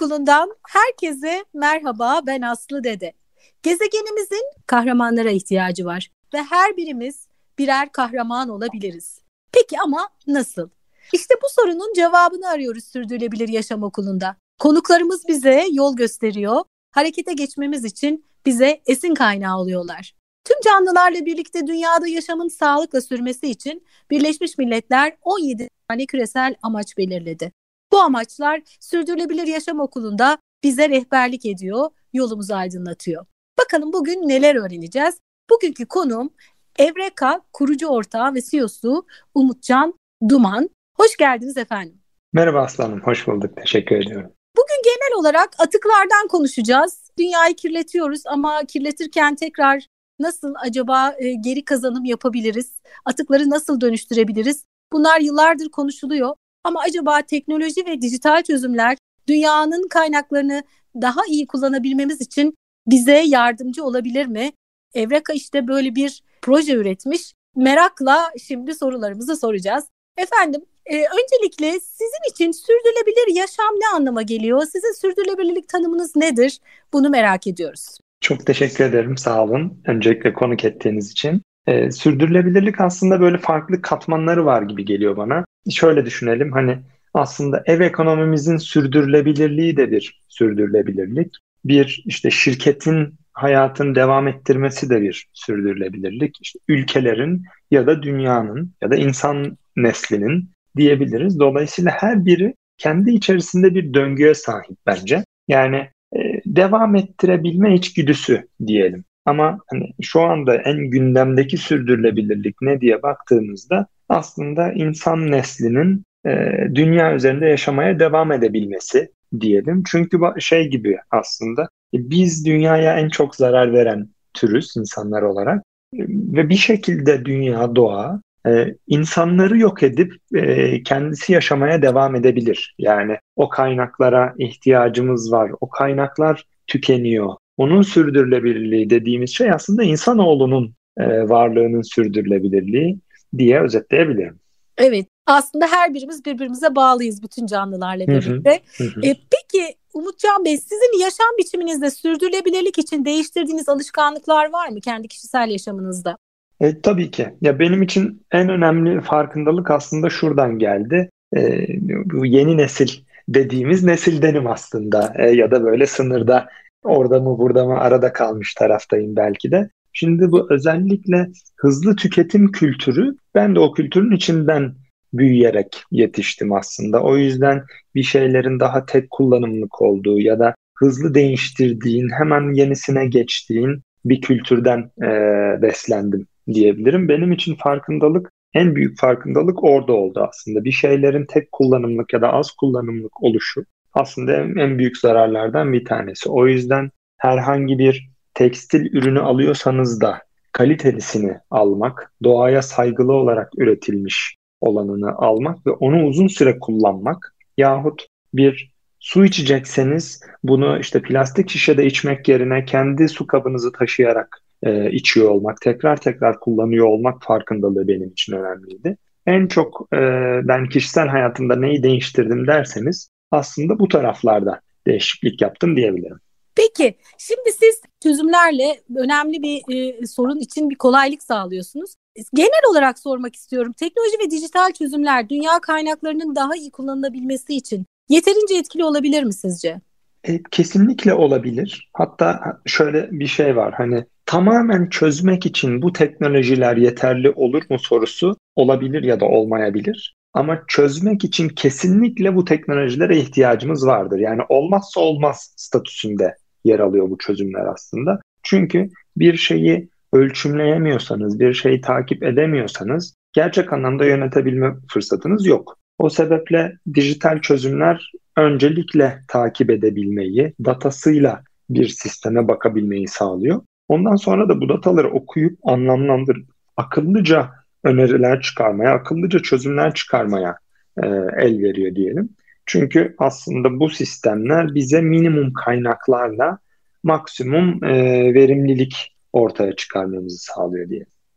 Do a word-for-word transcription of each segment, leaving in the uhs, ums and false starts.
Okulundan herkese merhaba, ben Aslı Dede. Gezegenimizin kahramanlara ihtiyacı var ve her birimiz birer kahraman olabiliriz. Peki ama nasıl? İşte bu sorunun cevabını arıyoruz Sürdürülebilir Yaşam Okulu'nda. Konuklarımız bize yol gösteriyor, harekete geçmemiz için bize esin kaynağı oluyorlar. Tüm canlılarla birlikte dünyada yaşamın sağlıkla sürmesi için Birleşmiş Milletler on yedi tane küresel amaç belirledi. Bu amaçlar Sürdürülebilir Yaşam Okulu'nda bize rehberlik ediyor, yolumuzu aydınlatıyor. Bakalım bugün neler öğreneceğiz? Bugünkü konuğum Evreka kurucu ortağı ve C E O'su Umutcan Duman. Hoş geldiniz efendim. Merhaba Aslanım, hoş bulduk. Teşekkür ediyorum. Bugün genel olarak atıklardan konuşacağız. Dünyayı kirletiyoruz ama kirletirken tekrar nasıl acaba e, geri kazanım yapabiliriz? Atıkları nasıl dönüştürebiliriz? Bunlar yıllardır konuşuluyor. Ama acaba teknoloji ve dijital çözümler dünyanın kaynaklarını daha iyi kullanabilmemiz için bize yardımcı olabilir mi? Evreka işte böyle bir proje üretmiş. Merakla şimdi sorularımızı soracağız. Efendim, e, öncelikle sizin için sürdürülebilir yaşam ne anlama geliyor? Sizin sürdürülebilirlik tanımınız nedir? Bunu merak ediyoruz. Çok teşekkür ederim, sağ olun. Öncelikle konuk ettiğiniz için. Ee, sürdürülebilirlik aslında böyle farklı katmanları var gibi geliyor bana. Şöyle düşünelim, hani aslında ev ekonomimizin sürdürülebilirliği de bir sürdürülebilirlik. Bir işte şirketin hayatını devam ettirmesi de bir sürdürülebilirlik. İşte ülkelerin ya da dünyanın ya da insan neslinin diyebiliriz. Dolayısıyla her biri kendi içerisinde bir döngüye sahip bence. Yani e, devam ettirebilme içgüdüsü diyelim. Ama hani şu anda en gündemdeki sürdürülebilirlik ne diye baktığımızda aslında insan neslinin e, dünya üzerinde yaşamaya devam edebilmesi diyelim. Çünkü şey gibi aslında biz dünyaya en çok zarar veren türüz insanlar olarak ve bir şekilde dünya, doğa e, insanları yok edip e, kendisi yaşamaya devam edebilir. Yani o kaynaklara ihtiyacımız var, o kaynaklar tükeniyor. Onun sürdürülebilirliği dediğimiz şey aslında insanoğlunun e, varlığının sürdürülebilirliği diye özetleyebilirim. Evet, aslında her birimiz birbirimize bağlıyız bütün canlılarla Hı hı, birlikte. hı hı. E, peki Umutcan Bey, sizin yaşam biçiminizde sürdürülebilirlik için değiştirdiğiniz alışkanlıklar var mı kendi kişisel yaşamınızda? E, tabii ki. Ya benim için en önemli farkındalık aslında şuradan geldi. E, bu yeni nesil dediğimiz nesildenim aslında. E, ya da böyle sınırda orada mı burada mı arada kalmış taraftayım belki de. Şimdi bu özellikle hızlı tüketim kültürü, ben de o kültürün içinden büyüyerek yetiştim aslında. O yüzden bir şeylerin daha tek kullanımlık olduğu ya da hızlı değiştirdiğin, hemen yenisine geçtiğin bir kültürden e, beslendim diyebilirim. Benim için farkındalık, en büyük farkındalık orada oldu aslında. Bir şeylerin tek kullanımlık ya da az kullanımlık oluşu aslında en, en büyük zararlardan bir tanesi. O yüzden herhangi bir tekstil ürünü alıyorsanız da kalitelisini almak, doğaya saygılı olarak üretilmiş olanını almak ve onu uzun süre kullanmak yahut bir su içecekseniz bunu işte plastik şişede içmek yerine kendi su kabınızı taşıyarak e, içiyor olmak, tekrar tekrar kullanıyor olmak farkındalığı benim için önemliydi. En çok e, ben kişisel hayatımda neyi değiştirdim derseniz aslında bu taraflarda değişiklik yaptım diyebilirim. Peki, şimdi siz çözümlerle önemli bir e, sorun için bir kolaylık sağlıyorsunuz. Genel olarak sormak istiyorum. Teknoloji ve dijital çözümler dünya kaynaklarının daha iyi kullanılabilmesi için yeterince etkili olabilir mi sizce? E, kesinlikle olabilir. Hatta şöyle bir şey var. Hani tamamen çözmek için bu teknolojiler yeterli olur mu sorusu olabilir ya da olmayabilir. Ama çözmek için kesinlikle bu teknolojilere ihtiyacımız vardır. Yani olmazsa olmaz statüsünde yer alıyor bu çözümler aslında. Çünkü bir şeyi ölçümleyemiyorsanız, bir şeyi takip edemiyorsanız gerçek anlamda yönetebilme fırsatınız yok. O sebeple dijital çözümler öncelikle takip edebilmeyi, datasıyla bir sisteme bakabilmeyi sağlıyor. Ondan sonra da bu dataları okuyup anlamlandırıp akıllıca öneriler çıkarmaya, akıllıca çözümler çıkarmaya e, el veriyor diyelim. Çünkü aslında bu sistemler bize minimum kaynaklarla maksimum e, verimlilik ortaya çıkarmamızı sağlıyor diyelim.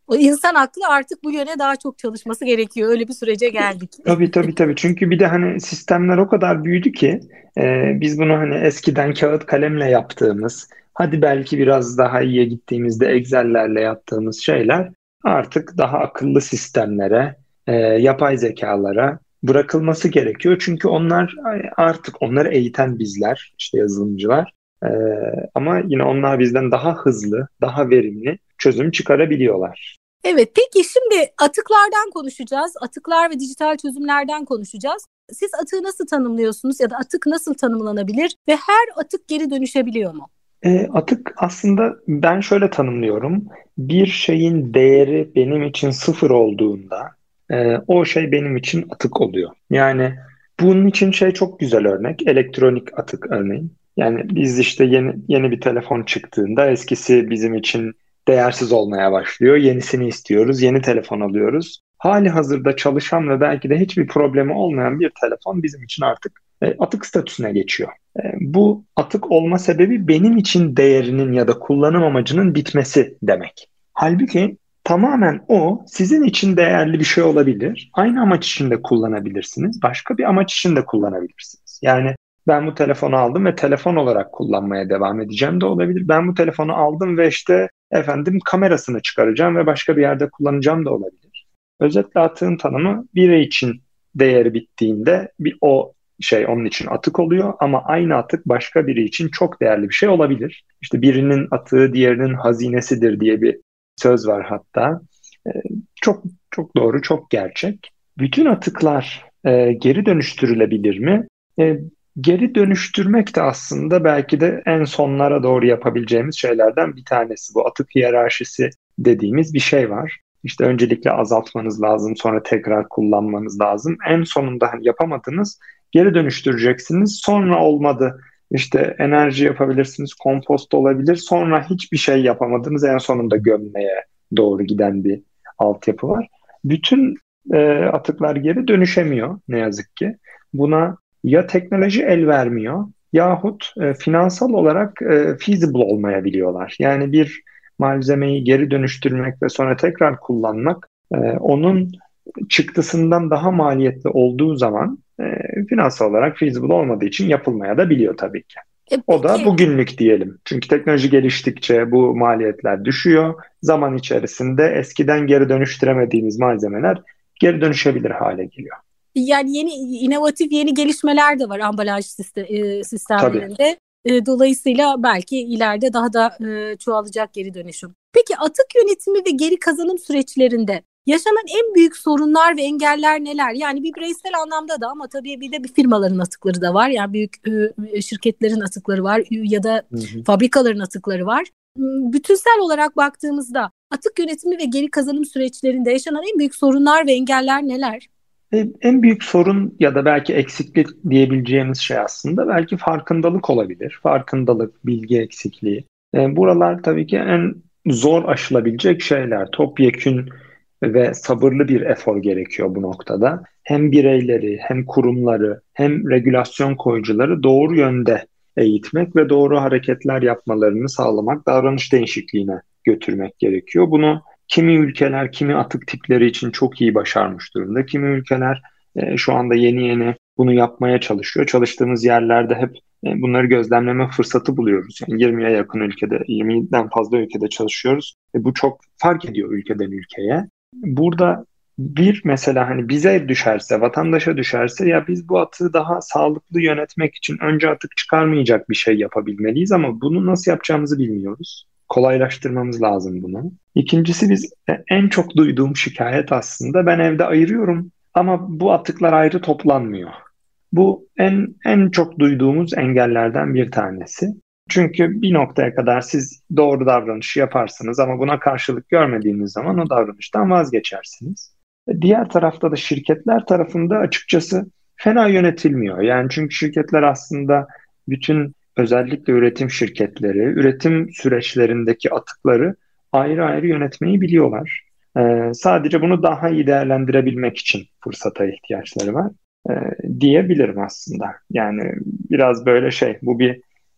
O insan aklı artık bu yöne daha çok çalışması gerekiyor. Öyle bir sürece geldik. Tabii tabii tabii. Çünkü bir de hani sistemler o kadar büyüdü ki e, biz bunu hani eskiden kağıt kalemle yaptığımız, hadi belki biraz daha iyiye gittiğimizde Excel'lerle yaptığımız şeyler artık daha akıllı sistemlere, e, yapay zekalara bırakılması gerekiyor. Çünkü onlar artık onları eğiten bizler, işte yazılımcılar. E, Ama yine onlar bizden daha hızlı, daha verimli çözüm çıkarabiliyorlar. Evet, peki şimdi atıklardan konuşacağız. Atıklar ve dijital çözümlerden konuşacağız. Siz atığı nasıl tanımlıyorsunuz ya da atık nasıl tanımlanabilir ve her atık geri dönüşebiliyor mu? E, atık aslında ben şöyle tanımlıyorum. Bir şeyin değeri benim için sıfır olduğunda e, o şey benim için atık oluyor. Yani bunun için şey çok güzel örnek. Elektronik atık örneğin. Yani biz işte yeni yeni bir telefon çıktığında eskisi bizim için değersiz olmaya başlıyor. Yenisini istiyoruz. Yeni telefon alıyoruz. Hali hazırda çalışan ve belki de hiçbir problemi olmayan bir telefon bizim için artık e, atık statüsüne geçiyor. E, Bu atık olma sebebi benim için değerinin ya da kullanım amacının bitmesi demek. Halbuki tamamen o sizin için değerli bir şey olabilir. Aynı amaç için de kullanabilirsiniz. Başka bir amaç için de kullanabilirsiniz. Yani ben bu telefonu aldım ve telefon olarak kullanmaya devam edeceğim de olabilir. Ben bu telefonu aldım ve işte efendim kamerasını çıkaracağım ve başka bir yerde kullanacağım da olabilir. Özetle atığın tanımı birey için değeri bittiğinde bir o şey onun için atık oluyor ama aynı atık başka biri için çok değerli bir şey olabilir. İşte birinin atığı diğerinin hazinesidir diye bir söz var hatta. Ee, çok çok doğru, çok gerçek. Bütün atıklar e, geri dönüştürülebilir mi? E, Geri dönüştürmek de aslında belki de en sonlara doğru yapabileceğimiz şeylerden bir tanesi. Bu atık hiyerarşisi dediğimiz bir şey var. İşte öncelikle azaltmanız lazım, sonra tekrar kullanmanız lazım. En sonunda hani yapamadınız, geri dönüştüreceksiniz. Sonra olmadı, İşte enerji yapabilirsiniz, kompost olabilir. Sonra hiçbir şey yapamadınız, en sonunda gömmeye doğru giden bir altyapı var. Bütün e, atıklar geri dönüşemiyor ne yazık ki. Buna ya teknoloji el vermiyor yahut e, finansal olarak e, feasible olmayabiliyorlar. Yani bir malzemeyi geri dönüştürmek ve sonra tekrar kullanmak e, onun çıktısından daha maliyetli olduğu zaman e, finansal olarak feasible olmadığı için yapılmaya da biliyor tabii ki. E, O da peki bugünlük diyelim. Çünkü teknoloji geliştikçe bu maliyetler düşüyor. Zaman içerisinde eskiden geri dönüştüremediğimiz malzemeler geri dönüşebilir hale geliyor. yani yeni inovatif yeni gelişmeler de var ambalaj siste- e, Tabii. sistemlerinde. E, Dolayısıyla belki ileride daha da e, çoğalacak geri dönüşüm. Peki atık yönetimi ve geri kazanım süreçlerinde yaşanan en büyük sorunlar ve engeller neler? Yani bir bireysel anlamda da ama tabii bir de bir firmaların atıkları da var. Yani büyük e, şirketlerin atıkları var ya da Hı hı. fabrikaların atıkları var. M, Bütünsel olarak baktığımızda atık yönetimi ve geri kazanım süreçlerinde yaşanan en büyük sorunlar ve engeller neler? E, En büyük sorun ya da belki eksiklik diyebileceğimiz şey aslında belki farkındalık olabilir. Farkındalık, bilgi eksikliği. E, buralar tabii ki en zor aşılabilecek şeyler. Topyekün ve sabırlı bir efor gerekiyor bu noktada. Hem bireyleri, hem kurumları, hem regülasyon koyucuları doğru yönde eğitmek ve doğru hareketler yapmalarını sağlamak, davranış değişikliğine götürmek gerekiyor. Bunu kimi ülkeler, kimi atık tipleri için çok iyi başarmış durumda. Kimi ülkeler e, şu anda yeni yeni bunu yapmaya çalışıyor. Çalıştığımız yerlerde hep e, bunları gözlemleme fırsatı buluyoruz. Yani yirmiye yakın ülkede, yirmiden fazla ülkede çalışıyoruz. E, bu çok fark ediyor ülkeden ülkeye. Burada bir mesela hani bize düşerse, vatandaşa düşerse ya biz bu atığı daha sağlıklı yönetmek için önce atık çıkarmayacak bir şey yapabilmeliyiz ama bunu nasıl yapacağımızı bilmiyoruz. Kolaylaştırmamız lazım bunu. İkincisi biz e, en çok duyduğum şikayet aslında ben evde ayırıyorum ama bu atıklar ayrı toplanmıyor. Bu en en çok duyduğumuz engellerden bir tanesi. Çünkü bir noktaya kadar siz doğru davranışı yaparsınız ama buna karşılık görmediğiniz zaman o davranıştan vazgeçersiniz. E, Diğer tarafta da şirketler tarafında açıkçası fena yönetilmiyor. Yani çünkü şirketler aslında bütün özellikle üretim şirketleri, üretim süreçlerindeki atıkları ayrı ayrı yönetmeyi biliyorlar. Ee, sadece bunu daha iyi değerlendirebilmek için fırsata ihtiyaçları var e, diyebilirim aslında. Yani biraz böyle şey, bu bir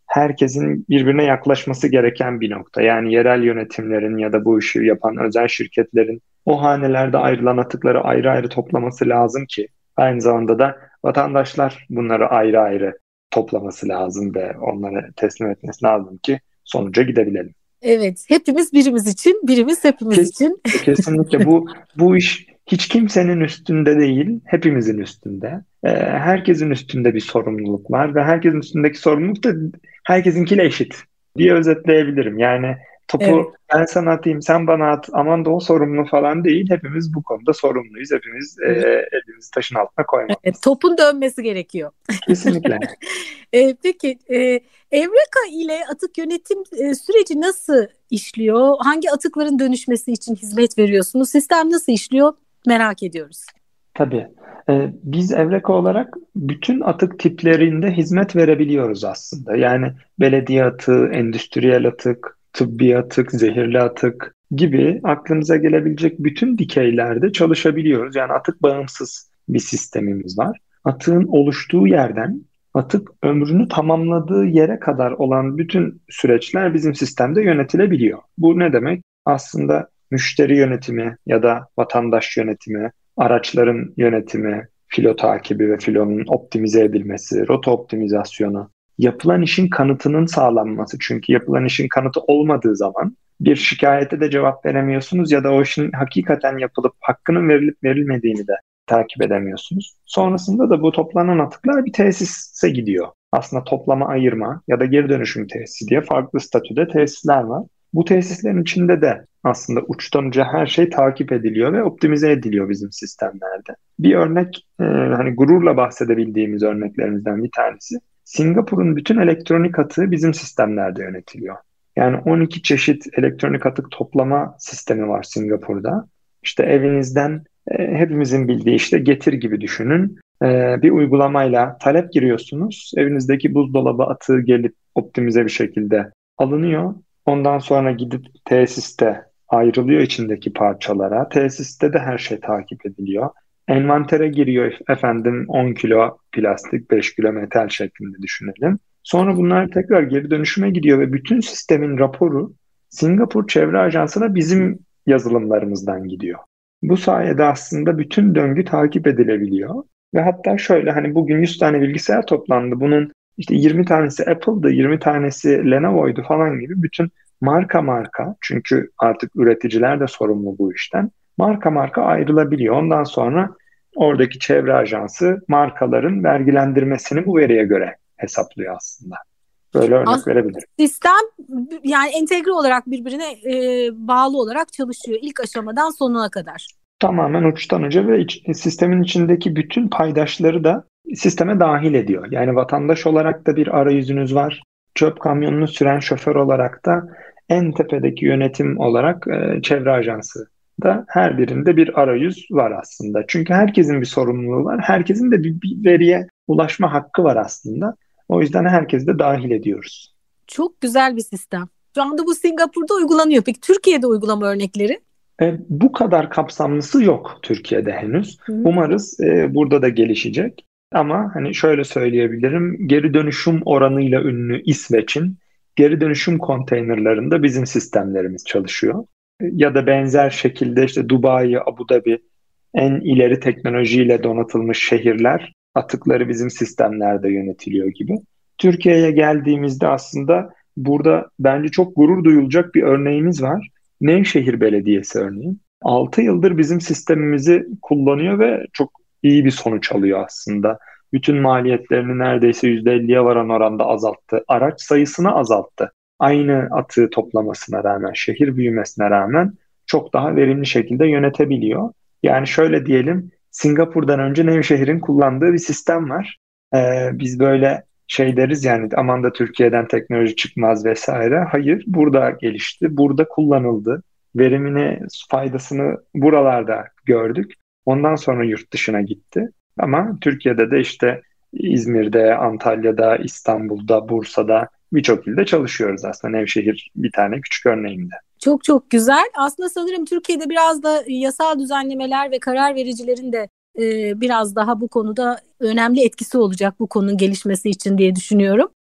herkesin birbirine yaklaşması gereken bir nokta. Yani yerel yönetimlerin ya da bu işi yapan özel şirketlerin o hanelerde ayrılan atıkları ayrı ayrı toplaması lazım ki aynı zamanda da vatandaşlar bunları ayrı ayrı toplaması lazım ve onları teslim etmesi lazım ki sonuca gidebilelim. Evet, hepimiz birimiz için, birimiz hepimiz Kes, için. Kesinlikle bu bu iş hiç kimsenin üstünde değil, hepimizin üstünde. Ee, herkesin üstünde bir sorumluluk var ve herkesin üstündeki sorumluluk da herkesinkiyle eşit diye özetleyebilirim. Yani Evet. topu ben sana atayım, sen bana at, aman da o sorumlu falan değil. Hepimiz bu konuda sorumluyuz. Hepimiz e, elimizi taşın altına Evet, koymalıyız. topun dönmesi gerekiyor. Kesinlikle. E, peki, e, Evreka ile atık yönetim e, süreci nasıl işliyor? Hangi atıkların dönüşmesi için hizmet veriyorsunuz? Sistem nasıl işliyor? Merak ediyoruz. Tabii. Ee, biz Evreka olarak bütün atık tiplerinde hizmet verebiliyoruz aslında. Yani belediye atığı, endüstriyel atık, tıbbi atık, zehirli atık gibi aklınıza gelebilecek bütün dikeylerde çalışabiliyoruz. Yani atık bağımsız bir sistemimiz var. Atığın oluştuğu yerden atık ömrünü tamamladığı yere kadar olan bütün süreçler bizim sistemde yönetilebiliyor. Bu ne demek? Aslında müşteri yönetimi ya da vatandaş yönetimi, araçların yönetimi, filo takibi ve filonun optimize edilmesi, rota optimizasyonu, yapılan işin kanıtının sağlanması. Çünkü yapılan işin kanıtı olmadığı zaman bir şikayete de cevap veremiyorsunuz ya da o işin hakikaten yapılıp hakkının verilip verilmediğini de takip edemiyorsunuz. Sonrasında da bu toplanan atıklar bir tesise gidiyor. Aslında toplama, ayırma ya da geri dönüşüm tesisi diye farklı statüde tesisler var. Bu tesislerin içinde de aslında uçtan uca her şey takip ediliyor ve optimize ediliyor bizim sistemlerde. Bir örnek, e, hani gururla bahsedebildiğimiz örneklerimizden bir tanesi. Singapur'un bütün elektronik atığı bizim sistemlerde yönetiliyor. Yani on iki çeşit elektronik atık toplama sistemi var Singapur'da. İşte evinizden e, hepimizin bildiği işte Getir gibi düşünün. E, bir uygulamayla talep giriyorsunuz. Evinizdeki buzdolabı atığı gelip optimize bir şekilde alınıyor. Ondan sonra gidip tesiste ayrılıyor içindeki parçalara. Tesiste de her şey takip ediliyor. Envantere giriyor efendim on kilo plastik, beş kilo metal şeklinde düşünelim. Sonra bunlar tekrar geri dönüşüme gidiyor ve bütün sistemin raporu Singapur Çevre Ajansı'na bizim yazılımlarımızdan gidiyor. Bu sayede aslında bütün döngü takip edilebiliyor. Ve hatta şöyle hani bugün yüz tane bilgisayar toplandı. Bunun işte yirmi tanesi Apple'dı, yirmi tanesi Lenovo'ydu falan gibi bütün marka marka, çünkü artık üreticiler de sorumlu bu işten, marka marka ayrılabiliyor. Ondan sonra oradaki çevre ajansı markaların vergilendirmesini bu veriye göre hesaplıyor aslında. Böyle örnek As- verebilirim. Sistem yani entegre olarak birbirine e, bağlı olarak çalışıyor ilk aşamadan sonuna kadar. Tamamen uçtan uca ve iç- sistemin içindeki bütün paydaşları da sisteme dahil ediyor. Yani vatandaş olarak da bir arayüzünüz var. Çöp kamyonunu süren şoför olarak da en tepedeki yönetim olarak e, çevre ajansı da her birinde bir arayüz var aslında. Çünkü herkesin bir sorumluluğu var. Herkesin de bir, bir veriye ulaşma hakkı var aslında. O yüzden herkesi de dahil ediyoruz. Çok güzel bir sistem. Şu anda bu Singapur'da uygulanıyor. Peki Türkiye'de uygulama örnekleri? E, bu kadar kapsamlısı yok Türkiye'de henüz. Hı. Umarız e, burada da gelişecek. Ama hani şöyle söyleyebilirim, geri dönüşüm oranıyla ünlü İsveç'in geri dönüşüm konteynerlarında bizim sistemlerimiz çalışıyor. E, Ya da benzer şekilde işte Dubai, Abu Dhabi en ileri teknolojiyle donatılmış şehirler atıkları bizim sistemlerde yönetiliyor gibi. Türkiye'ye geldiğimizde aslında burada bence çok gurur duyulacak bir örneğimiz var. Nevşehir Belediyesi örneğin. altı yıldır bizim sistemimizi kullanıyor ve çok iyi bir sonuç alıyor aslında. Bütün maliyetlerini neredeyse yüzde elliye varan oranda azalttı. Araç sayısını azalttı. Aynı atığı toplamasına rağmen, şehir büyümesine rağmen çok daha verimli şekilde yönetebiliyor. Yani şöyle diyelim, Singapur'dan önce Nevşehir'in kullandığı bir sistem var. Ee, biz böyle şey deriz yani aman da Türkiye'den teknoloji çıkmaz vesaire. Hayır, burada gelişti, burada kullanıldı. Verimini, faydasını buralarda gördük. Ondan sonra yurt dışına gitti. Ama Türkiye'de de işte İzmir'de, Antalya'da, İstanbul'da, Bursa'da birçok ilde çalışıyoruz aslında. Nevşehir bir tane küçük örneğinde. Çok çok güzel. Aslında sanırım Türkiye'de biraz da yasal düzenlemeler ve karar vericilerin de e, biraz daha bu konuda önemli etkisi olacak bu konunun gelişmesi için diye düşünüyorum.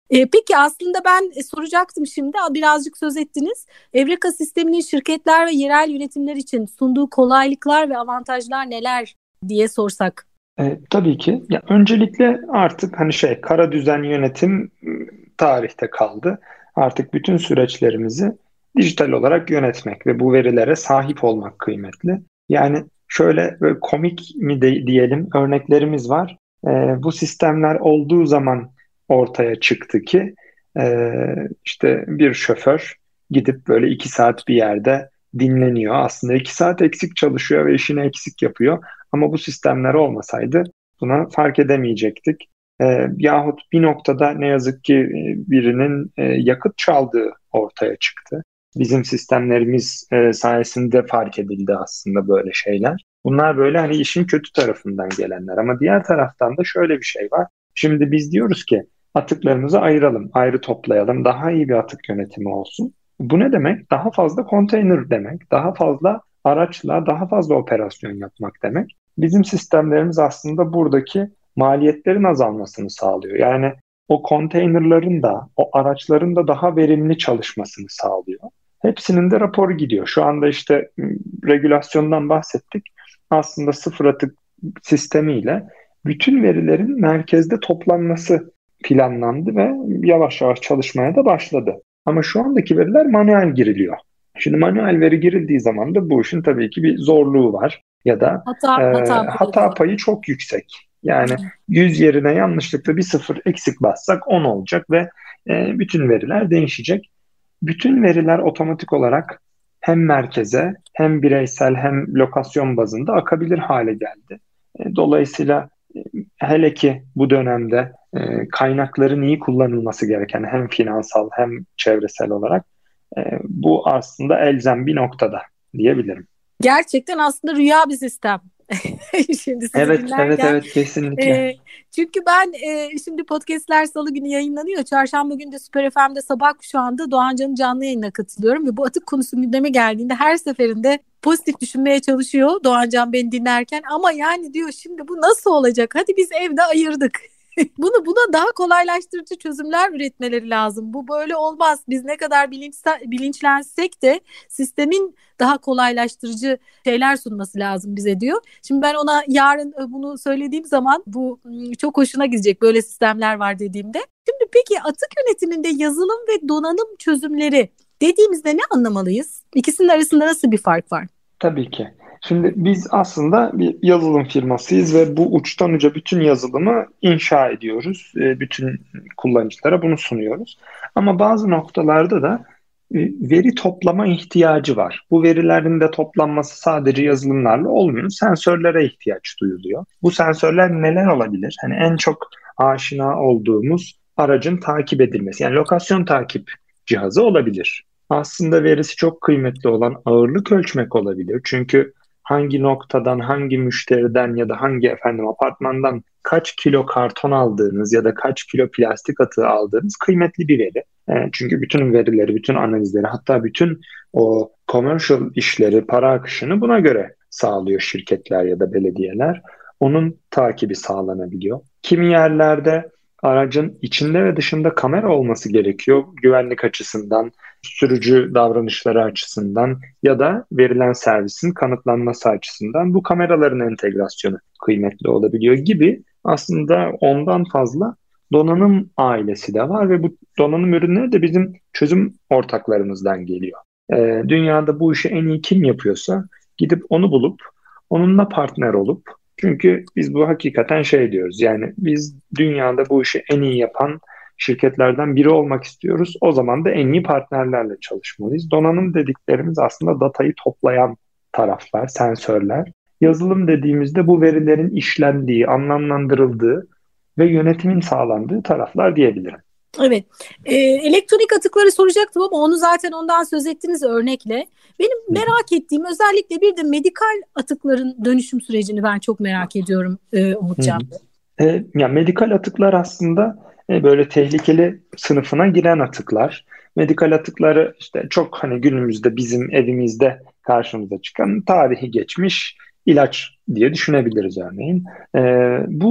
E, peki aslında ben e, soracaktım şimdi, birazcık söz ettiniz. Evreka sisteminin şirketler ve yerel yönetimler için sunduğu kolaylıklar ve avantajlar neler diye sorsak. E, tabii ki. Ya öncelikle artık hani şey kara düzen yönetim m, tarihte kaldı. Artık bütün süreçlerimizi dijital olarak yönetmek ve bu verilere sahip olmak kıymetli. Yani şöyle böyle komik mi de, diyelim örneklerimiz var. E, bu sistemler olduğu zaman ortaya çıktı ki e, işte bir şoför gidip böyle iki saat bir yerde dinleniyor. Aslında iki saat eksik çalışıyor ve işini eksik yapıyor. Ama bu sistemler olmasaydı buna fark edemeyecektik. E, yahut bir noktada ne yazık ki e, birinin e, yakıt çaldığı ortaya çıktı. Bizim sistemlerimiz e, sayesinde fark edildi aslında böyle şeyler. Bunlar böyle hani işin kötü tarafından gelenler. Ama diğer taraftan da şöyle bir şey var. Şimdi biz diyoruz ki atıklarımızı ayıralım, ayrı toplayalım, daha iyi bir atık yönetimi olsun. Bu ne demek? Daha fazla konteyner demek, daha fazla araçla daha fazla operasyon yapmak demek. Bizim sistemlerimiz aslında buradaki maliyetlerin azalmasını sağlıyor. Yani o konteynerların da, o araçların da daha verimli çalışmasını sağlıyor. Hepsinin de raporu gidiyor. Şu anda işte m, regülasyondan bahsettik. Aslında sıfır atık sistemiyle bütün verilerin merkezde toplanması planlandı ve yavaş yavaş çalışmaya da başladı. Ama şu andaki veriler manuel giriliyor. Şimdi manuel veri girildiği zaman da bu işin tabii ki bir zorluğu var ya da e, Hata hata hata payı çok yüksek. Yani yüz yerine yanlışlıkla bir sıfır eksik bassak on olacak ve e, bütün veriler değişecek. Bütün veriler otomatik olarak hem merkeze hem bireysel hem lokasyon bazında akabilir hale geldi. E, dolayısıyla e, hele ki bu dönemde e, kaynakların iyi kullanılması gereken hem finansal hem çevresel olarak e, bu aslında elzem bir noktada diyebilirim. Gerçekten aslında rüya bir sistem. Şimdi sizi Evet, evet, dinlerken. evet kesinlikle. E, çünkü ben e, şimdi podcastler Salı günü yayınlanıyor. Çarşamba günü de Süper F M'de sabah kuşağında Doğan Can'ın canlı yayınına katılıyorum. Ve bu atık konusu gündeme geldiğinde her seferinde pozitif düşünmeye çalışıyor Doğan Can beni dinlerken. Ama yani diyor şimdi bu nasıl olacak? Hadi biz evde ayırdık. Bunu buna daha kolaylaştırıcı çözümler üretmeleri lazım. Bu böyle olmaz. Biz ne kadar bilinçsel, bilinçlensek de sistemin daha kolaylaştırıcı şeyler sunması lazım bize diyor. Şimdi ben ona yarın bunu söylediğim zaman bu çok hoşuna gidecek böyle sistemler var dediğimde. Şimdi peki atık yönetiminde yazılım ve donanım çözümleri dediğimizde ne anlamalıyız? İkisinin arasında nasıl bir fark var? Tabii ki. Şimdi biz aslında bir yazılım firmasıyız ve bu uçtan uca bütün yazılımı inşa ediyoruz. E, Bütün kullanıcılara bunu sunuyoruz. Ama bazı noktalarda da e, veri toplama ihtiyacı var. Bu verilerin de toplanması sadece yazılımlarla olmuyor. Sensörlere ihtiyaç duyuluyor. Bu sensörler neler olabilir? Hani en çok aşina olduğumuz aracın takip edilmesi. Yani lokasyon takip cihazı olabilir. Aslında verisi çok kıymetli olan ağırlık ölçmek olabilir. Çünkü hangi noktadan, hangi müşteriden ya da hangi efendim apartmandan kaç kilo karton aldığınız ya da kaç kilo plastik atığı aldığınız kıymetli bir veri. E, çünkü bütün verileri, bütün analizleri, hatta bütün o commercial işleri, para akışını buna göre sağlıyor şirketler ya da belediyeler. Onun takibi sağlanabiliyor. Kimi yerlerde aracın içinde ve dışında kamera olması gerekiyor güvenlik açısından, sürücü davranışları açısından ya da verilen servisin kanıtlanması açısından bu kameraların entegrasyonu kıymetli olabiliyor gibi aslında ondan fazla donanım ailesi de var ve bu donanım ürünleri de bizim çözüm ortaklarımızdan geliyor. Ee, dünyada bu işi en iyi kim yapıyorsa gidip onu bulup onunla partner olup çünkü biz bu hakikaten şey diyoruz yani biz dünyada bu işi en iyi yapan şirketlerden biri olmak istiyoruz. O zaman da en iyi partnerlerle çalışmalıyız. Donanım dediklerimiz aslında datayı toplayan taraflar, sensörler. Yazılım dediğimizde bu verilerin işlendiği, anlamlandırıldığı ve yönetimin sağlandığı taraflar diyebilirim. Evet. Ee, elektronik atıkları soracaktım ama onu zaten ondan söz ettiniz örnekle. Benim merak ettiğim özellikle bir de medikal atıkların dönüşüm sürecini ben çok merak ediyorum e, Umutcan. E, ya medikal atıklar aslında e, böyle tehlikeli sınıfına giren atıklar. Medikal atıkları işte çok hani günümüzde bizim evimizde karşımıza çıkan tarihi geçmiş ilaç diye düşünebiliriz örneğin. E, bu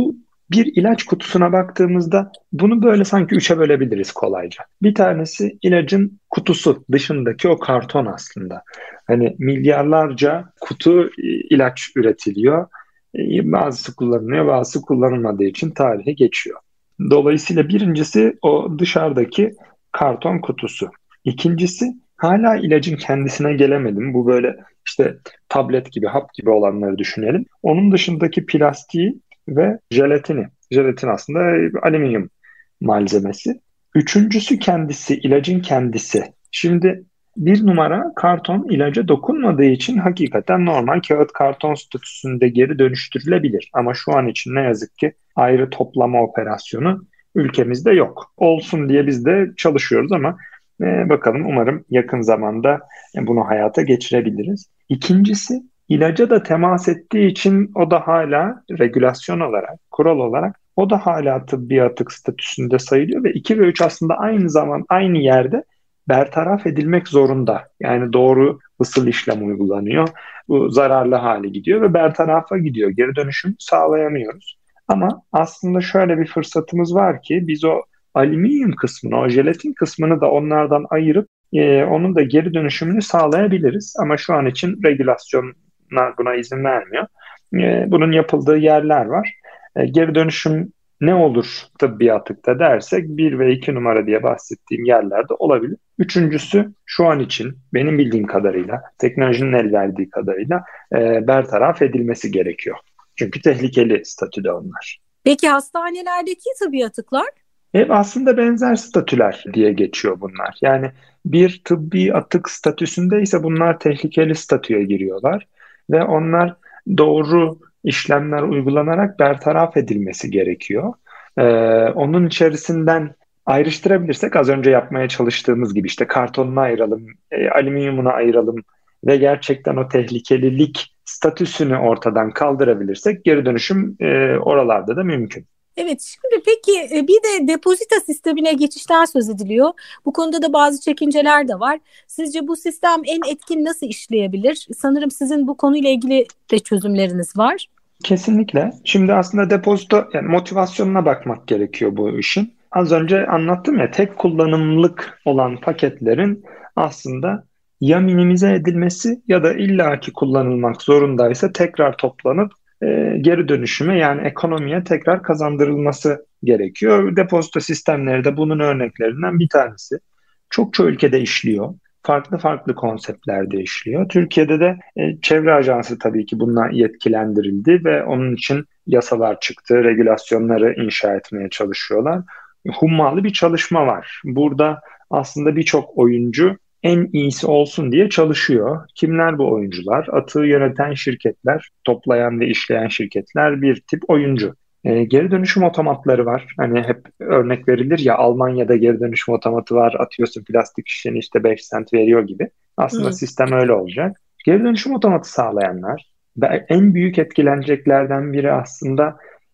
Bir ilaç kutusuna baktığımızda bunu böyle sanki üçe bölebiliriz kolayca. Bir tanesi ilacın kutusu, dışındaki o karton aslında. Hani milyarlarca kutu e, ilaç üretiliyor. E, Bazısı kullanılıyor, bazısı kullanılmadığı için tarihe geçiyor. Dolayısıyla birincisi o dışarıdaki karton kutusu. İkincisi, hala ilacın kendisine gelemedim. Bu böyle işte tablet gibi, hap gibi olanları düşünelim. Onun dışındaki plastiği ve jelatini. Jelatin aslında alüminyum malzemesi. Üçüncüsü kendisi, ilacın kendisi. Şimdi bir numara karton ilaca dokunmadığı için hakikaten normal kağıt karton statüsünde geri dönüştürülebilir. Ama şu an için ne yazık ki ayrı toplama operasyonu ülkemizde yok. Olsun diye biz de çalışıyoruz ama e, bakalım, umarım yakın zamanda e, bunu hayata geçirebiliriz. İkincisi, ilaca da temas ettiği için o da hala regülasyon olarak, kural olarak o da hala tıbbi atık statüsünde sayılıyor ve iki ve üç aslında aynı zaman aynı yerde bertaraf edilmek zorunda. Yani doğru ısıl işlem uygulanıyor. Bu zararlı hale gidiyor ve bertarafa gidiyor. Geri dönüşüm sağlayamıyoruz. Ama aslında şöyle bir fırsatımız var ki biz o alüminyum kısmını, o jelatin kısmını da onlardan ayırıp e, onun da geri dönüşümünü sağlayabiliriz. Ama şu an için regülasyonlar buna izin vermiyor. E, bunun yapıldığı yerler var. E, geri dönüşüm ne olur tıbbi atıkta dersek bir ve iki numara diye bahsettiğim yerlerde olabilir. Üçüncüsü şu an için benim bildiğim kadarıyla, teknolojinin el verdiği kadarıyla e, bertaraf edilmesi gerekiyor. Çünkü tehlikeli statüde onlar. Peki hastanelerdeki tıbbi atıklar? Hep aslında benzer statüler diye geçiyor bunlar. Yani bir tıbbi atık statüsündeyse bunlar tehlikeli statüye giriyorlar ve onlar doğru işlemler uygulanarak bertaraf edilmesi gerekiyor. Ee, onun içerisinden ayrıştırabilirsek az önce yapmaya çalıştığımız gibi işte kartonunu ayıralım, e, alüminyumunu ayıralım ve gerçekten o tehlikelilik statüsünü ortadan kaldırabilirsek geri dönüşüm e, oralarda da mümkün. Evet, şimdi peki e, bir de depozito sistemine geçişten söz ediliyor. Bu konuda da bazı çekinceler de var. Sizce bu sistem en etkin nasıl işleyebilir? Sanırım sizin bu konuyla ilgili de çözümleriniz var. Kesinlikle. Şimdi aslında depozito, yani motivasyonuna bakmak gerekiyor bu işin. Az önce anlattım ya, tek kullanımlık olan paketlerin aslında ya minimize edilmesi ya da illaki kullanılmak zorundaysa tekrar toplanıp e, geri dönüşüme, yani ekonomiye tekrar kazandırılması gerekiyor. Depozito sistemleri de bunun örneklerinden bir tanesi. Çokça ülkede işliyor. Farklı farklı konseptlerde işliyor. Türkiye'de de e, Çevre Ajansı tabii ki bununla yetkilendirildi ve onun için yasalar çıktı, regülasyonları inşa etmeye çalışıyorlar. Hummalı bir çalışma var. Burada aslında birçok oyuncu en iyisi olsun diye çalışıyor. Kimler bu oyuncular? Atığı yöneten şirketler, toplayan ve işleyen şirketler bir tip oyuncu. E, geri dönüşüm otomatları var. Hani hep örnek verilir ya, Almanya'da geri dönüşüm otomatı var. Atıyorsun plastik şişeni, işte beş sent veriyor gibi. Aslında Hı. sistem öyle olacak. Geri dönüşüm otomatı sağlayanlar ve en büyük etkileneceklerden biri aslında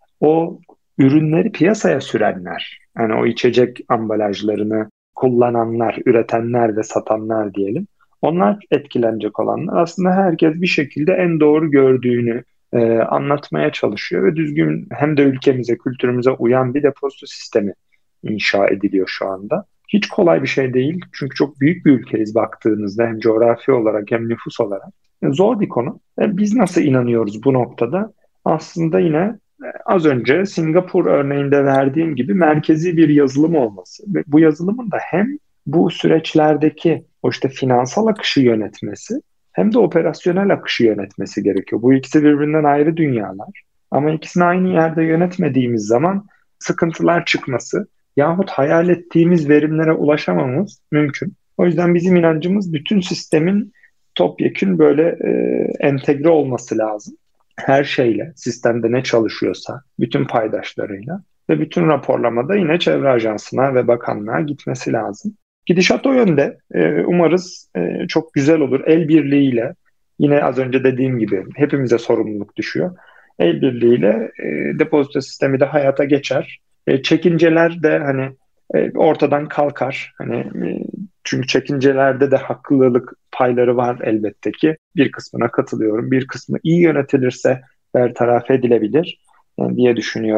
o ürünleri piyasaya sürenler. Yani o içecek ambalajlarını kullananlar, üretenler ve satanlar diyelim. Onlar etkilenecek olanlar. Aslında herkes bir şekilde en doğru gördüğünü e, anlatmaya çalışıyor ve düzgün, hem de ülkemize, kültürümüze uyan bir depozito sistemi inşa ediliyor şu anda. Hiç kolay bir şey değil. Çünkü çok büyük bir ülkeyiz baktığınızda, hem coğrafi olarak hem nüfus olarak. E, zor bir konu. E, biz nasıl inanıyoruz bu noktada? Aslında yine e, az önce Singapur örneğinde verdiğim gibi merkezi bir yazılım olması ve bu yazılımın da hem bu süreçlerdeki o işte finansal akışı yönetmesi hem de operasyonel akışı yönetmesi gerekiyor. Bu ikisi birbirinden ayrı dünyalar. Ama ikisini aynı yerde yönetmediğimiz zaman sıkıntılar çıkması yahut hayal ettiğimiz verimlere ulaşamamız mümkün. O yüzden bizim inancımız bütün sistemin topyekün böyle e, entegre olması lazım. Her şeyle, sistemde ne çalışıyorsa, bütün paydaşlarıyla ve bütün raporlamada yine Çevre Ajansı'na ve bakanlığa gitmesi lazım. Gidişat o yönde. Ee, umarız e, çok güzel olur. El birliğiyle, yine az önce dediğim gibi hepimize sorumluluk düşüyor. El birliğiyle e, depozito sistemi de hayata geçer. E, çekinceler de hani e, ortadan kalkar. Hani e, çünkü çekincelerde de haklılık payları var elbette ki. Bir kısmına katılıyorum. Bir kısmı iyi yönetilirse bertaraf edilebilir e, diye düşünüyorum.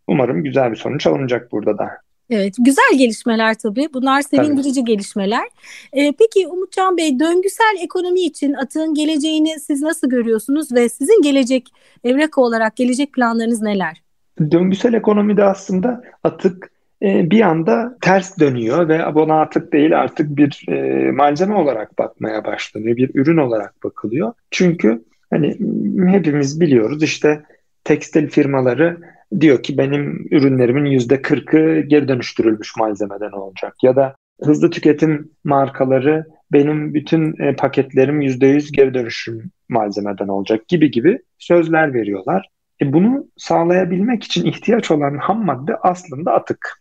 umarım güzel bir sonuç alınacak burada da. Evet, güzel gelişmeler tabii. Bunlar Tabii. sevindirici gelişmeler. Ee, peki Umutcan Bey, döngüsel ekonomi için Atık'ın geleceğini siz nasıl görüyorsunuz ve sizin gelecek, Evreka olarak gelecek planlarınız neler? Döngüsel ekonomide aslında atık e, bir anda ters dönüyor ve buna atık değil artık bir e, malzeme olarak bakmaya başlanıyor, bir ürün olarak bakılıyor. Çünkü hani hepimiz biliyoruz işte tekstil firmaları diyor ki benim ürünlerimin yüzde kırkı geri dönüştürülmüş malzemeden olacak. Ya da hızlı tüketim markaları benim bütün e, paketlerim yüzde yüz geri dönüşüm malzemeden olacak gibi gibi sözler veriyorlar. E bunu sağlayabilmek için ihtiyaç olan ham madde aslında atık.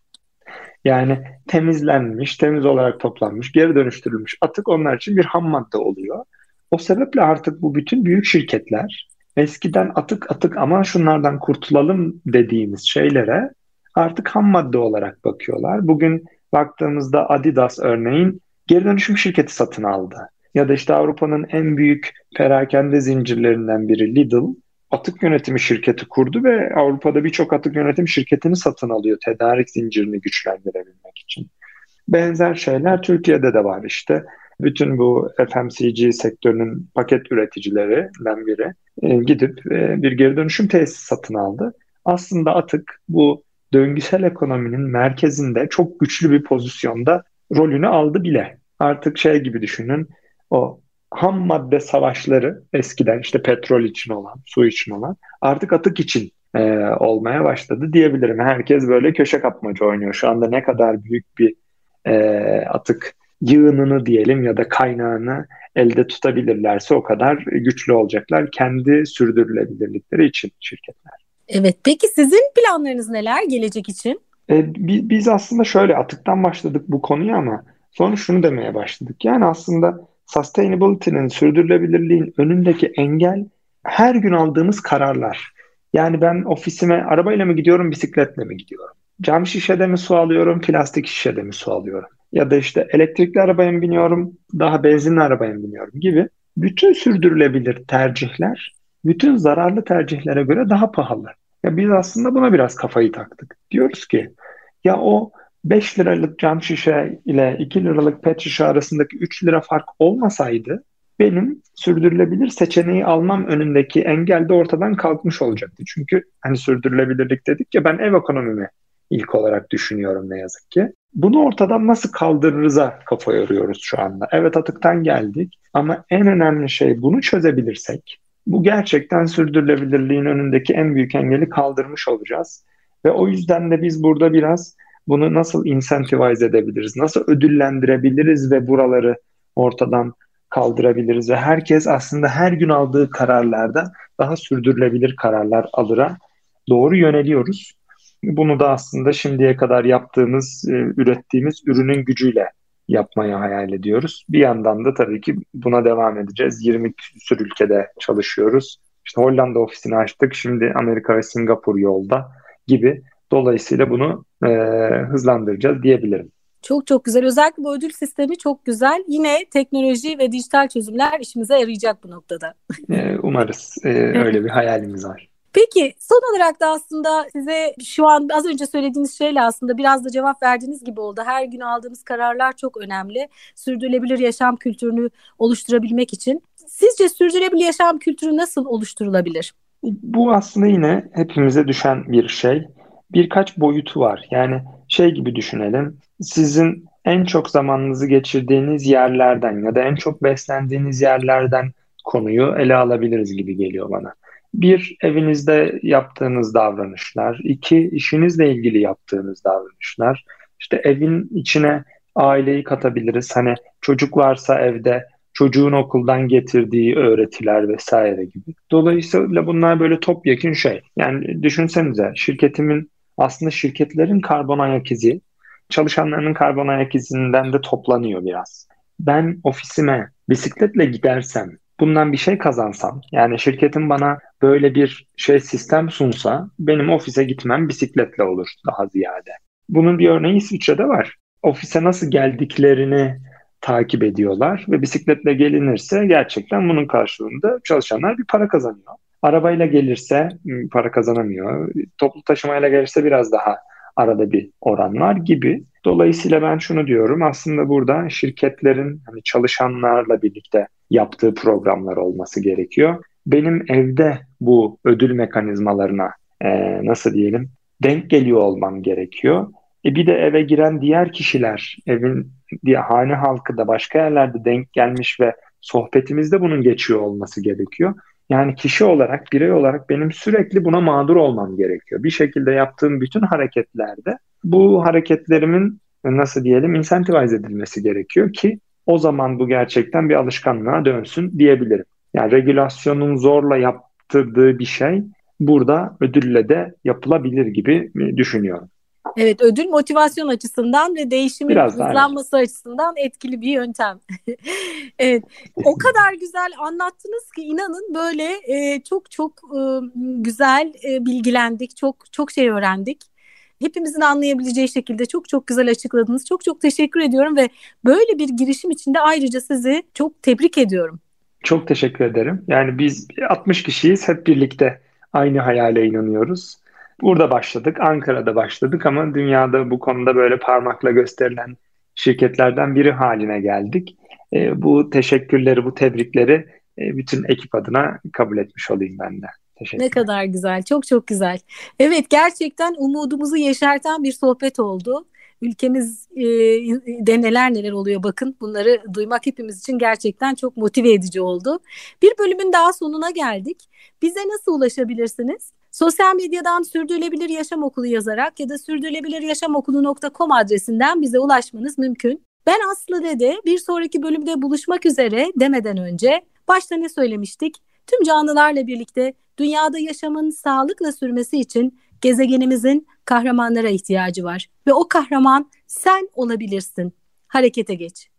Yani temizlenmiş, temiz olarak toplanmış, geri dönüştürülmüş atık onlar için bir ham madde oluyor. O sebeple artık bu bütün büyük şirketler eskiden atık atık aman şunlardan kurtulalım dediğimiz şeylere artık ham madde olarak bakıyorlar. Bugün baktığımızda Adidas örneğin geri dönüşüm şirketi satın aldı. Ya da işte Avrupa'nın en büyük perakende zincirlerinden biri Lidl atık yönetimi şirketi kurdu ve Avrupa'da birçok atık yönetim şirketini satın alıyor tedarik zincirini güçlendirebilmek için. Benzer şeyler Türkiye'de de var işte. Bütün bu F M C G sektörünün paket üreticilerinden biri e, gidip e, bir geri dönüşüm tesisi satın aldı. Aslında atık bu döngüsel ekonominin merkezinde çok güçlü bir pozisyonda rolünü aldı bile. Artık şey gibi düşünün, o ham madde savaşları eskiden işte petrol için olan, su için olan artık atık için e, olmaya başladı diyebilirim. Herkes böyle köşe kapmaca oynuyor. Şu anda ne kadar büyük bir e, atık yığınını diyelim ya da kaynağını elde tutabilirlerse o kadar güçlü olacaklar kendi sürdürülebilirlikleri için şirketler. Evet, peki sizin planlarınız neler gelecek için? E, bi- biz aslında şöyle atıktan başladık bu konuya ama sonra şunu demeye başladık. Yani aslında sustainability'nin, sürdürülebilirliğin önündeki engel her gün aldığımız kararlar. Yani ben ofisime arabayla mı gidiyorum, bisikletle mi gidiyorum? Cam şişede mi su alıyorum, plastik şişede mi su alıyorum? Ya da işte elektrikli arabaya mı biniyorum, daha benzinli arabaya mı biniyorum gibi. Bütün sürdürülebilir tercihler, bütün zararlı tercihlere göre daha pahalı. Ya biz aslında buna biraz kafayı taktık. Diyoruz ki ya o beş liralık cam şişe ile iki liralık pet şişe arasındaki üç lira fark olmasaydı benim sürdürülebilir seçeneği almam önündeki engel de ortadan kalkmış olacaktı. Çünkü hani sürdürülebilirlik dedik ya ben ev ekonomimi ilk olarak düşünüyorum ne yazık ki. Bunu ortadan nasıl kaldırırıza kafa yoruyoruz şu anda. Evet atıktan geldik ama en önemli şey bunu çözebilirsek bu gerçekten sürdürülebilirliğin önündeki en büyük engeli kaldırmış olacağız. Ve o yüzden de biz burada biraz bunu nasıl incentivize edebiliriz, nasıl ödüllendirebiliriz ve buraları ortadan kaldırabiliriz ve herkes aslında her gün aldığı kararlarda daha sürdürülebilir kararlar alıra doğru yöneliyoruz. Bunu da aslında şimdiye kadar yaptığımız, e, ürettiğimiz ürünün gücüyle yapmayı hayal ediyoruz. Bir yandan da tabii ki buna devam edeceğiz. yirmi küsur ülkede çalışıyoruz. İşte Hollanda ofisini açtık. Şimdi Amerika ve Singapur yolda gibi. Dolayısıyla bunu e, hızlandıracağız diyebilirim. Çok çok güzel. Özellikle bu ödül sistemi çok güzel. Yine teknoloji ve dijital çözümler işimize yarayacak bu noktada. E, umarız. E, öyle bir hayalimiz var. Peki son olarak da aslında size şu an az önce söylediğiniz şeyle aslında biraz da cevap verdiğiniz gibi oldu. Her gün aldığımız kararlar çok önemli. Sürdürülebilir yaşam kültürünü oluşturabilmek için. Sizce sürdürülebilir yaşam kültürü nasıl oluşturulabilir? Bu aslında yine hepimize düşen bir şey. Birkaç boyutu var. Yani şey gibi düşünelim. Sizin en çok zamanınızı geçirdiğiniz yerlerden ya da en çok beslendiğiniz yerlerden konuyu ele alabiliriz gibi geliyor bana. Bir, evinizde yaptığınız davranışlar. İki, işinizle ilgili yaptığınız davranışlar. İşte evin içine aileyi katabiliriz. Hani çocuk varsa evde çocuğun okuldan getirdiği öğretiler vesaire gibi. Dolayısıyla bunlar böyle topyekün şey. Yani düşünsenize şirketimin aslında şirketlerin karbon ayak izi çalışanlarının karbon ayak izinden de toplanıyor biraz. Ben ofisime bisikletle gidersem bundan bir şey kazansam yani şirketin bana böyle bir şey sistem sunsa benim ofise gitmem bisikletle olur daha ziyade. Bunun bir örneği İsviçre'de var. Ofise nasıl geldiklerini takip ediyorlar ve bisikletle gelinirse gerçekten bunun karşılığında çalışanlar bir para kazanıyor. Arabayla gelirse m, para kazanamıyor. Toplu taşımayla gelirse biraz daha arada bir oran var gibi. Dolayısıyla ben şunu diyorum, aslında burada şirketlerin hani çalışanlarla birlikte yaptığı programlar olması gerekiyor. Benim evde bu ödül mekanizmalarına e, nasıl diyelim denk geliyor olmam gerekiyor. E bir de eve giren diğer kişiler, evin diye hane halkı da başka yerlerde denk gelmiş ve sohbetimizde bunun geçiyor olması gerekiyor. Yani kişi olarak, birey olarak benim sürekli buna mağdur olmam gerekiyor. Bir şekilde yaptığım bütün hareketlerde bu hareketlerimin nasıl diyelim incentivize edilmesi gerekiyor ki o zaman bu gerçekten bir alışkanlığa dönsün diyebilirim. Yani regülasyonun zorla yaptırdığı bir şey burada ödülle de yapılabilir gibi düşünüyorum. Evet, ödül motivasyon açısından ve değişimin Biraz daha evet. hızlanması açısından etkili bir yöntem. Evet, o kadar güzel anlattınız ki inanın böyle e, çok çok e, güzel e, bilgilendik, çok çok şey öğrendik. Hepimizin anlayabileceği şekilde çok çok güzel açıkladınız. Çok çok teşekkür ediyorum ve böyle bir girişim için de ayrıca sizi çok tebrik ediyorum. Çok teşekkür ederim. Yani biz altmış kişiyiz, hep birlikte aynı hayale inanıyoruz. Burada başladık, Ankara'da başladık ama dünyada bu konuda böyle parmakla gösterilen şirketlerden biri haline geldik. E, bu teşekkürleri, bu tebrikleri e, bütün ekip adına kabul etmiş olayım ben de. Ne Teşekkürler. kadar güzel, çok çok güzel. Evet, gerçekten umudumuzu yeşerten bir sohbet oldu. Ülkemizde neler neler oluyor bakın. Bunları duymak hepimiz için gerçekten çok motive edici oldu. Bir bölümün daha sonuna geldik. Bize nasıl ulaşabilirsiniz? Sosyal medyadan Sürdürülebilir Yaşam Okulu yazarak ya da sürdürülebiliryaşamokulu nokta com adresinden bize ulaşmanız mümkün. Ben Aslı Dede, bir sonraki bölümde buluşmak üzere demeden önce başta ne söylemiştik? Tüm canlılarla birlikte dünyada yaşamın sağlıkla sürmesi için gezegenimizin kahramanlara ihtiyacı var ve o kahraman sen olabilirsin. Harekete geç.